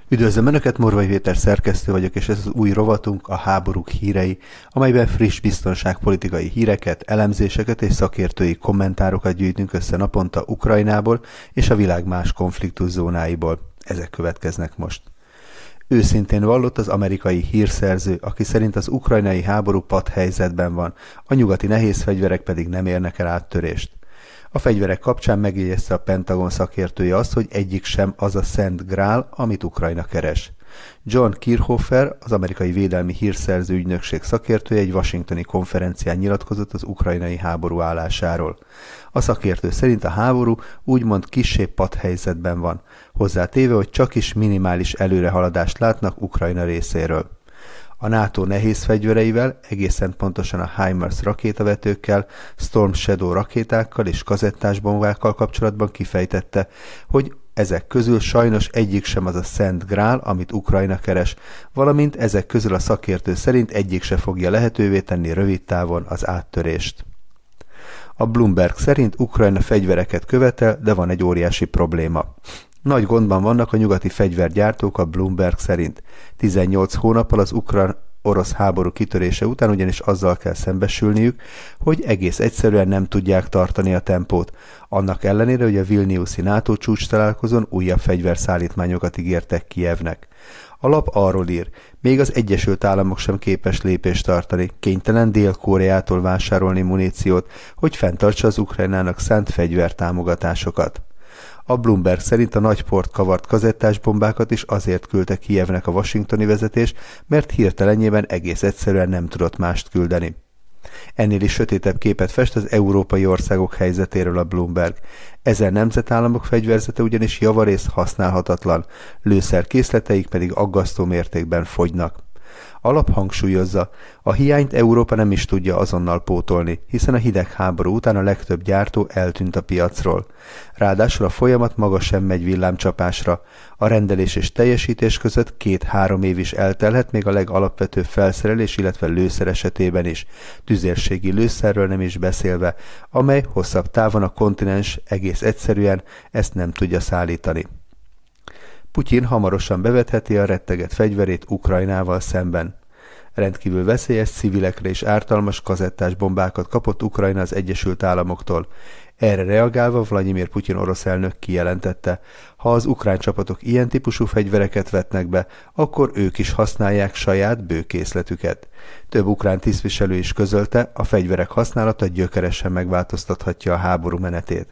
Üdvözlöm Önöket, Morvai Péter szerkesztő vagyok, és ez az új rovatunk, a háborúk hírei, amelyben friss biztonságpolitikai híreket, elemzéseket és szakértői kommentárokat gyűjtünk össze naponta Ukrajnából és a világ más konfliktuszónáiból. Ezek következnek most. Őszintén vallott az amerikai hírszerző, aki szerint az ukrajnai háború patthelyzetben van, a nyugati nehézfegyverek pedig nem érnek el áttörést. A fegyverek kapcsán megjegyezte a Pentagon szakértője azt, hogy egyik sem az a Szent Grál, amit Ukrajna keres. John Kirchhofer, az amerikai védelmi hírszerző ügynökség szakértője egy washingtoni konferencián nyilatkozott az ukrajnai háború állásáról. A szakértő szerint a háború úgymond kissé patthelyzetben van, hozzátéve, hogy csak is minimális előrehaladást látnak Ukrajna részéről. A NATO nehéz fegyvereivel, egészen pontosan a HIMARS rakétavetőkkel, Storm Shadow rakétákkal és kazettás bombákkal kapcsolatban kifejtette, hogy ezek közül sajnos egyik sem az a Szent Grál, amit Ukrajna keres, valamint ezek közül a szakértő szerint egyik se fogja lehetővé tenni rövid távon az áttörést. A Bloomberg szerint Ukrajna fegyvereket követel, de van egy óriási probléma. Nagy gondban vannak a nyugati fegyvergyártók a Bloomberg szerint. 18 hónappal az ukrán-orosz háború kitörése után ugyanis azzal kell szembesülniük, hogy egész egyszerűen nem tudják tartani a tempót. Annak ellenére, hogy a Vilniuszi NATO csúcs találkozón újabb fegyverszállítmányokat ígértek Kijevnek. A lap arról ír, még az Egyesült Államok sem képes lépést tartani, kénytelen Dél-Koreától vásárolni muníciót, hogy fenntartsa az Ukrajnának szánt fegyvertámogatásokat. A Bloomberg szerint a nagy port kavart kazettás bombákat is azért küldte Kijevnek a washingtoni vezetés, mert hirtelenjében egész egyszerűen nem tudott mást küldeni. Ennél is sötétebb képet fest az európai országok helyzetéről a Bloomberg. Ezen nemzetállamok fegyverzete ugyanis javarész használhatatlan, lőszerkészleteik pedig aggasztó mértékben fogynak. A lap hangsúlyozza, a hiányt Európa nem is tudja azonnal pótolni, hiszen a hidegháború után a legtöbb gyártó eltűnt a piacról. Ráadásul a folyamat maga sem megy villámcsapásra. A rendelés és teljesítés között 2-3 év is eltelhet, még a legalapvetőbb felszerelés, illetve lőszer esetében is, tüzérségi lőszerről nem is beszélve, amely hosszabb távon a kontinens egész egyszerűen ezt nem tudja szállítani. Putyin hamarosan bevetheti a retteget fegyverét Ukrajnával szemben. Rendkívül veszélyes, civilekre és ártalmas kazettás bombákat kapott Ukrajna az Egyesült Államoktól. Erre reagálva Vladimir Putyin orosz elnök kijelentette, ha az ukrán csapatok ilyen típusú fegyvereket vetnek be, akkor ők is használják saját bőkészletüket. Több ukrán tisztviselő is közölte, a fegyverek használata gyökeresen megváltoztathatja a háború menetét.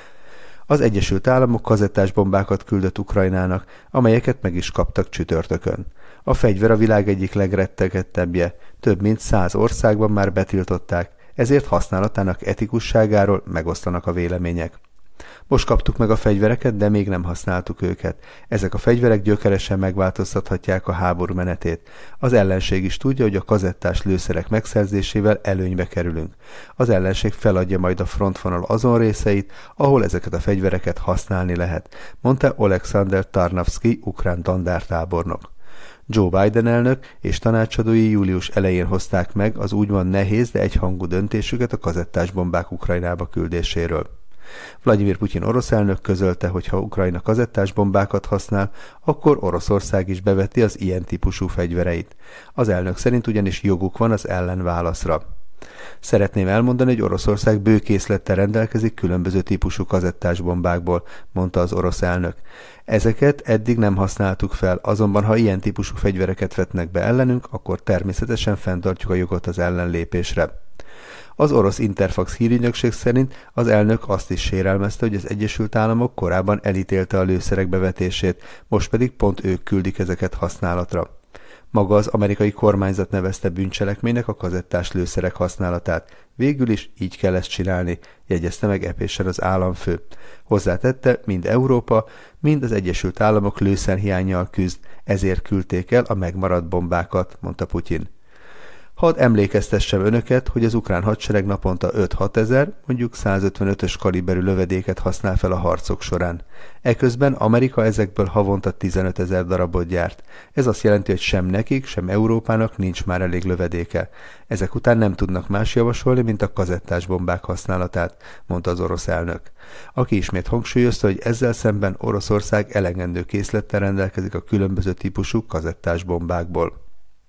Az Egyesült Államok kazettás bombákat küldött Ukrajnának, amelyeket meg is kaptak csütörtökön. A fegyver a világ egyik legrettegettebbje, több mint 100 országban már betiltották, ezért használatának etikusságáról megoszlanak a vélemények. Most kaptuk meg a fegyvereket, de még nem használtuk őket. Ezek a fegyverek gyökeresen megváltoztathatják a háború menetét. Az ellenség is tudja, hogy a kazettás lőszerek megszerzésével előnybe kerülünk. Az ellenség feladja majd a frontvonal azon részeit, ahol ezeket a fegyvereket használni lehet, mondta Oleksandr Tarnavszky, ukrán dandártábornok. Joe Biden elnök és tanácsadói július elején hozták meg az úgymond nehéz, de egyhangú döntésüket a kazettás bombák Ukrajnába küldéséről. Vladimir Putyin orosz elnök közölte, hogy ha Ukrajna kazettás bombákat használ, akkor Oroszország is beveti az ilyen típusú fegyvereit. Az elnök szerint ugyanis joguk van az ellenválaszra. Szeretném elmondani, hogy Oroszország bőkészlettel rendelkezik különböző típusú kazettás bombákból, mondta az orosz elnök. Ezeket eddig nem használtuk fel, azonban ha ilyen típusú fegyvereket vetnek be ellenünk, akkor természetesen fenntartjuk a jogot az ellenlépésre. Az orosz Interfax hírügynökség szerint az elnök azt is sérelmezte, hogy az Egyesült Államok korábban elítélte a lőszerek bevetését, most pedig pont ők küldik ezeket használatra. Maga az amerikai kormányzat nevezte bűncselekménynek a kazettás lőszerek használatát. Végül is így kell ezt csinálni, jegyezte meg epésen az államfő. Hozzátette, mind Európa, mind az Egyesült Államok lőszerhiánnyal küzd, ezért küldték el a megmaradt bombákat, mondta Putyin. Hadd emlékeztessem önöket, hogy az ukrán hadsereg naponta 5-6 ezer, mondjuk 155-ös kaliberű lövedéket használ fel a harcok során. Eközben Amerika ezekből havonta 15 000 darabot gyárt. Ez azt jelenti, hogy sem nekik, sem Európának nincs már elég lövedéke. Ezek után nem tudnak más javasolni, mint a kazettás bombák használatát, mondta az orosz elnök. Aki ismét hangsúlyozta, hogy ezzel szemben Oroszország elegendő készlettel rendelkezik a különböző típusú kazettás bombákból.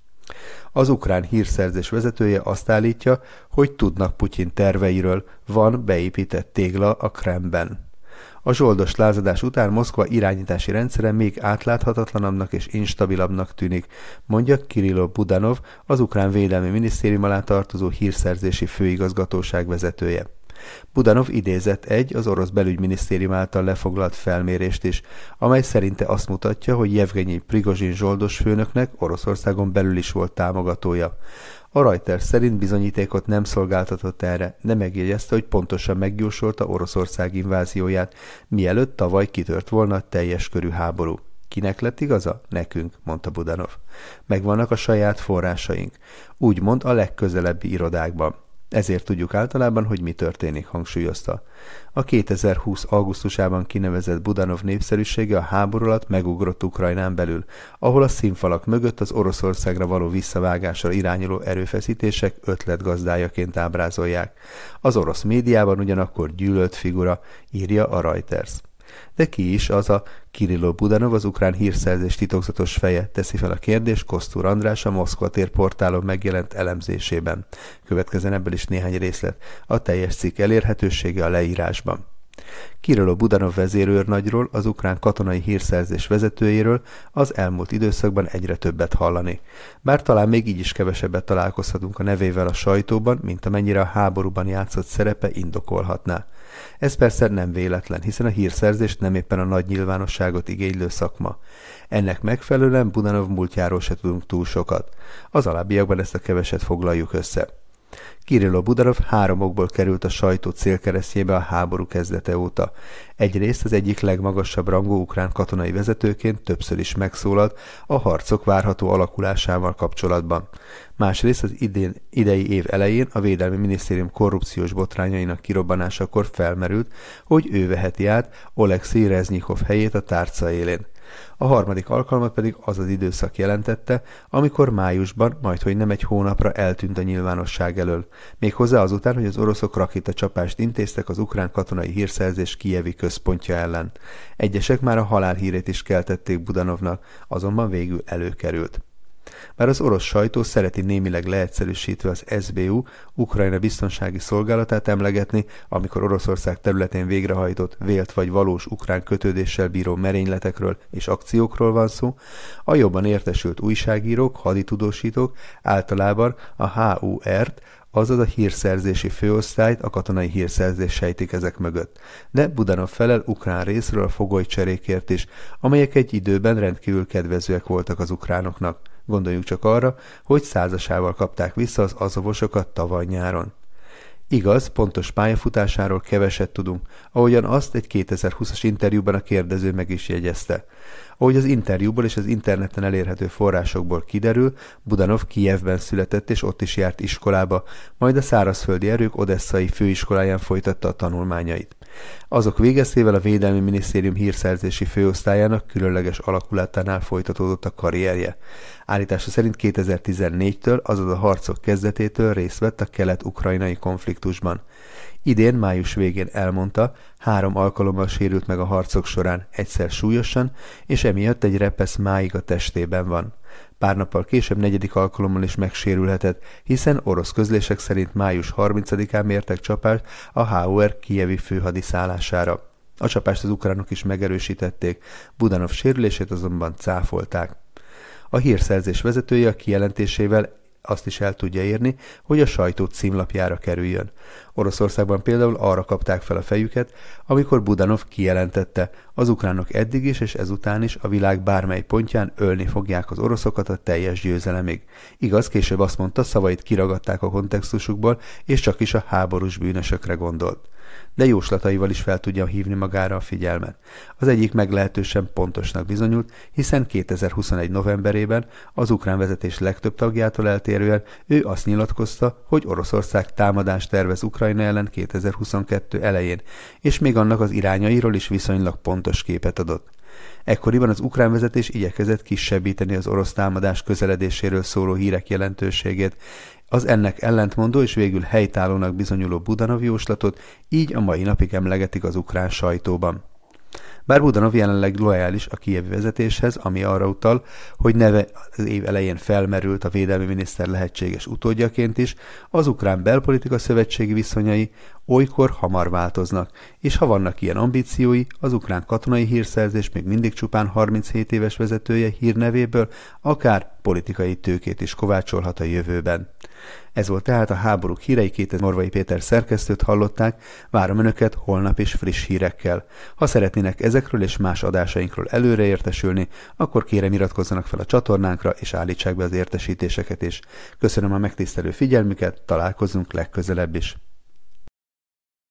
Az ukrán hírszerzés vezetője azt állítja, hogy tudnak Putyin terveiről, van beépített tégla a Kremlben. A zsoldos lázadás után Moszkva irányítási rendszere még átláthatatlanabbnak és instabilabbnak tűnik, mondja Kirilo Budanov, az ukrán védelmi minisztérium alá tartozó hírszerzési főigazgatóság vezetője. Budanov idézett az orosz belügyminisztérium által lefoglalt felmérést is, amely szerinte azt mutatja, hogy Jevgenyi Prigozsin zsoldos főnöknek Oroszországon belül is volt támogatója. A Reuters szerint bizonyítékot nem szolgáltatott erre, de megjegyezte, hogy pontosan megjósolta Oroszország invázióját, mielőtt tavaly kitört volna a teljes körű háború. Kinek lett igaza? Nekünk, mondta Budanov. Megvannak a saját forrásaink, úgymond a legközelebbi irodákban. Ezért tudjuk általában, hogy mi történik, hangsúlyozta. A 2020. augusztusában kinevezett Budanov népszerűsége a háború alatt megugrott Ukrajnán belül, ahol a színfalak mögött az Oroszországra való visszavágásra irányuló erőfeszítések ötletgazdájaként ábrázolják. Az orosz médiában ugyanakkor gyűlölt figura, írja a Reuters. De ki is az a Kirilo Budanov, az ukrán hírszerzés titokzatos feje, teszi fel a kérdést Kosztúr András a Moszkva tér portálon megjelent elemzésében. Következzen ebből is néhány részlet. A teljes cikk elérhetősége a leírásban. Kirilo Budanov vezérőrnagyról, az ukrán katonai hírszerzés vezetőjéről az elmúlt időszakban egyre többet hallani. Bár talán még így is kevesebbet találkozhatunk a nevével a sajtóban, mint amennyire a háborúban játszott szerepe indokolhatná. Ez persze nem véletlen, hiszen a hírszerzés nem éppen a nagy nyilvánosságot igénylő szakma. Ennek megfelelően Budanov múltjáról se tudunk túl sokat. Az alábbiakban ezt a keveset foglaljuk össze. Kirilo Budanov 3 okból került a sajtó célkeresztjébe a háború kezdete óta. Egyrészt az egyik legmagasabb rangú ukrán katonai vezetőként többször is megszólalt a harcok várható alakulásával kapcsolatban. Másrészt az idei év elején a Védelmi Minisztérium korrupciós botrányainak kirobbanásakor felmerült, hogy ő veheti át Oleksij Reznyikov helyét a tárca élén. A harmadik alkalmat pedig az az időszak jelentette, amikor májusban, majdhogy nem egy hónapra eltűnt a nyilvánosság elől, méghozzá azután, hogy az oroszok rakétacsapást intéztek az ukrán katonai hírszerzés kijevi központja ellen. Egyesek már a halálhírét is keltették Budanovnak, azonban végül előkerült. Bár az orosz sajtó szereti némileg leegyszerűsítve az SBU, Ukrajna biztonsági szolgálatát emlegetni, amikor Oroszország területén végrehajtott vélt vagy valós ukrán kötődéssel bíró merényletekről és akciókról van szó, a jobban értesült újságírók, haditudósítók általában a HUR-t, azaz a hírszerzési főosztályt, a katonai hírszerzés sejtik ezek mögött. De Budanov felel ukrán részről a fogolycserékért is, amelyek egy időben rendkívül kedvezőek voltak az ukránoknak. Gondoljunk csak arra, hogy százasával kapták vissza az azovosokat tavaly nyáron. Igaz, pontos pályafutásáról keveset tudunk, ahogyan azt egy 2020-as interjúban a kérdező meg is jegyezte. Ahogy az interjúból és az interneten elérhető forrásokból kiderül, Budanov Kijevben született és ott is járt iskolába, majd a szárazföldi erők odesszai főiskoláján folytatta a tanulmányait. Azok végeztével a Védelmi Minisztérium hírszerzési főosztályának különleges alakulatánál folytatódott a karrierje. Állítása szerint 2014-től, azaz a harcok kezdetétől részt vett a kelet-ukrajnai konfliktusban. Idén május végén elmondta, 3 alkalommal sérült meg a harcok során, egyszer súlyosan, és emiatt egy repesz máig a testében van. Pár nappal később 4. alkalommal is megsérülhetett, hiszen orosz közlések szerint május 30-án mértek csapást a HUR kijevi főhadiszállására. A csapást az ukránok is megerősítették, Budanov sérülését azonban cáfolták. A hírszerzés vezetője a kijelentésével azt is el tudja érni, hogy a sajtó címlapjára kerüljön. Oroszországban például arra kapták fel a fejüket, amikor Budanov kijelentette, az ukránok eddig is és ezután is a világ bármely pontján ölni fogják az oroszokat a teljes győzelemig. Igaz, később azt mondta, szavait kiragadták a kontextusukból, és csak is a háborús bűnösökre gondolt. de jóslataival is fel tudja hívni magára a figyelmet. Az egyik meglehetősen pontosnak bizonyult, hiszen 2021. novemberében az ukrán vezetés legtöbb tagjától eltérően ő azt nyilatkozta, hogy Oroszország támadást tervez Ukrajna ellen 2022 elején, és még annak az irányairól is viszonylag pontos képet adott. Ekkoriban az ukrán vezetés igyekezett kisebbíteni az orosz támadás közeledéséről szóló hírek jelentőségét, az ennek ellentmondó és végül helytállónak bizonyuló Budanov jóslatot így a mai napig emlegetik az ukrán sajtóban. Bár Budanov jelenleg lojális a kijevi vezetéshez, ami arra utal, hogy neve az év elején felmerült a védelmi miniszter lehetséges utódjaként is, az ukrán belpolitika szövetségi viszonyai olykor hamar változnak, és ha vannak ilyen ambíciói, az ukrán katonai hírszerzés még mindig csupán 37 éves vezetője hírnevéből akár politikai tőkét is kovácsolhat a jövőben. Ez volt tehát a háborúk hírei, Morvai Péter szerkesztőt hallották, várom Önöket holnap is friss hírekkel. Ha szeretnének ezekről és más adásainkról előre értesülni, akkor kérem iratkozzanak fel a csatornánkra és állítsák be az értesítéseket is. Köszönöm a megtisztelő figyelmüket, találkozunk legközelebb is.